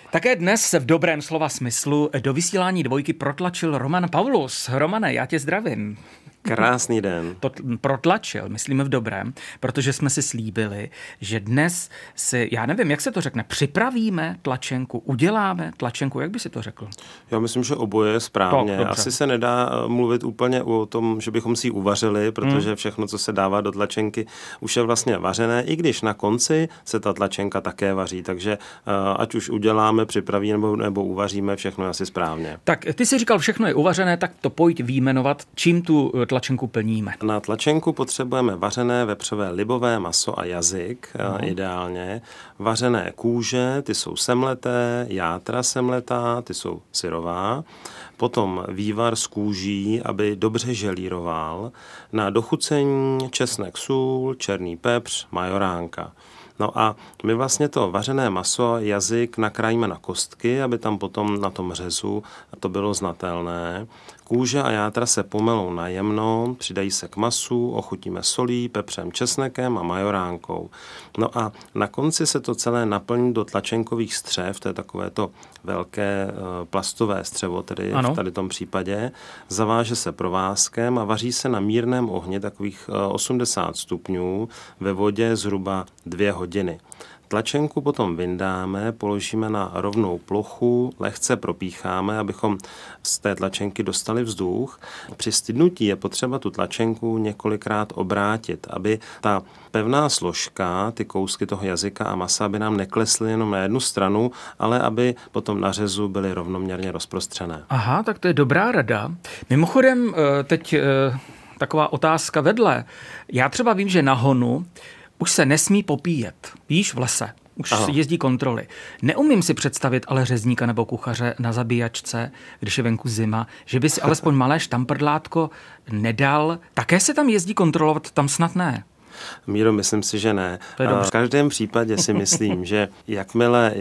Také dnes se v dobrém slova smyslu do vysílání Dvojky protlačil Roman Pavlus. Romane, já tě zdravím. Krásný den. To protlačil, myslíme v dobrém, protože jsme si slíbili, že dnes si, já nevím, jak se to řekne, připravíme tlačenku, uděláme tlačenku, jak by si to řekl? Já myslím, že oboje je správně. Asi se nedá mluvit úplně o tom, že bychom si ji uvařili, protože všechno, co se dává do tlačenky, už je vlastně vařené, i když na konci se ta tlačenka také vaří, takže ať už uděláme, připravíme nebo uvaříme, všechno je asi správně. Tak ty si říkal, všechno je uvařené, tak to pojď vyjmenovat, čím tu tlačenku plníme. Na tlačenku potřebujeme vařené vepřové libové maso a jazyk, ideálně. Vařené kůže, ty jsou semleté, játra semletá, ty jsou syrová. Potom vývar z kůží, aby dobře želíroval. Na dochucení česnek, sůl, černý pepř, majoránka. No a my vlastně to vařené maso, jazyk nakrájíme na kostky, aby tam potom na tom řezu to bylo znatelné. Kůže a játra se pomelou na jemno, přidají se k masu, ochutíme solí, pepřem, česnekem a majoránkou. No a na konci se to celé naplní do tlačenkových střev, to je takové to velké plastové střevo, tedy v tady tom případě. Zaváže se provázkem a vaří se na mírném ohni takových 80 stupňů ve vodě zhruba 2 hodiny. Tlačenku potom vyndáme, položíme na rovnou plochu, lehce propícháme, abychom z té tlačenky dostali vzduch. Při stydnutí je potřeba tu tlačenku několikrát obrátit, aby ta pevná složka, ty kousky toho jazyka a masa, aby nám neklesly jenom na jednu stranu, ale aby potom na řezu byly rovnoměrně rozprostřené. Aha, tak to je dobrá rada. Mimochodem, teď taková otázka vedle. Já třeba vím, že na honu už se nesmí popíjet. Víš, v lese. Už jezdí kontroly. Neumím si představit ale řezníka nebo kuchaře na zabíjačce, když je venku zima, že by si alespoň malé štamprdlátko nedal. Také se tam jezdí kontrolovat, tam snad ne. Míro, myslím si, že ne. V každém případě si myslím, že jakmile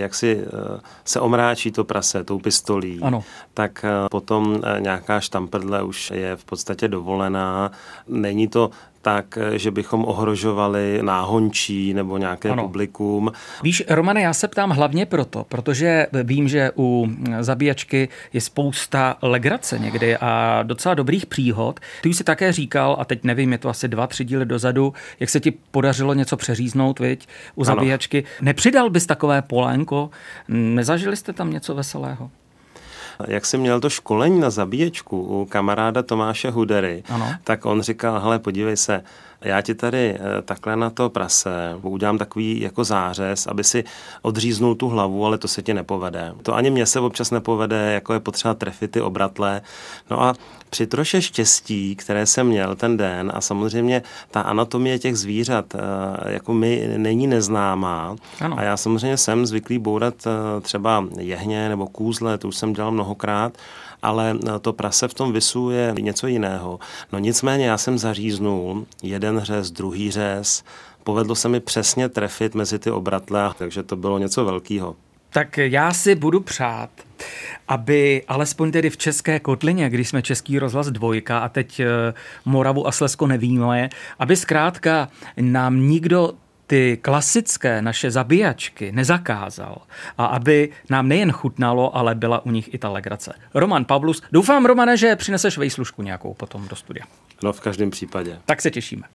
se omráčí to prase tou pistolí, tak potom nějaká štamprdle už je v podstatě dovolená. Není to tak, že bychom ohrožovali náhončí nebo nějaké publikum. Víš, Romane, já se ptám hlavně proto, protože vím, že u zabíjačky je spousta legrace někdy a docela dobrých příhod. Ty už si také říkal, a teď nevím, je to asi 2-3 díly dozadu, jak se ti podařilo něco přeříznout, viď, u zabíjačky. Nepřidal bys takové polénko? Nezažili jste tam něco veselého? Jak jsi měl to školení na zabíječku u kamaráda Tomáše Hudery, tak on říkal, hele, podívej se, já ti tady takhle na to prase udělám takový jako zářez, aby si odříznul tu hlavu, ale to se ti nepovede. To ani mně se občas nepovede, jako je potřeba trefit ty obratle. No a při troše štěstí, které jsem měl ten den, a samozřejmě ta anatomie těch zvířat jako mi není neznámá. A já samozřejmě jsem zvyklý bourat třeba jehně nebo kůzle, to už jsem dělal mnohokrát, ale to prase v tom visu je něco jiného. No nicméně já jsem zaříznul jeden řez, druhý řez, povedlo se mi přesně trefit mezi ty obratle, takže to bylo něco velkého. Tak já si budu přát, aby alespoň tedy v České kotlině, když jsme Český rozhlas 2 a teď Moravu a Slezsko nevíme, aby zkrátka nám nikdo ty klasické naše zabíjačky nezakázal a aby nám nejen chutnalo, ale byla u nich i ta legrace. Roman Pavlus, doufám, Romane, že přineseš vejslužku nějakou potom do studia. No, v každém případě. Tak se těšíme.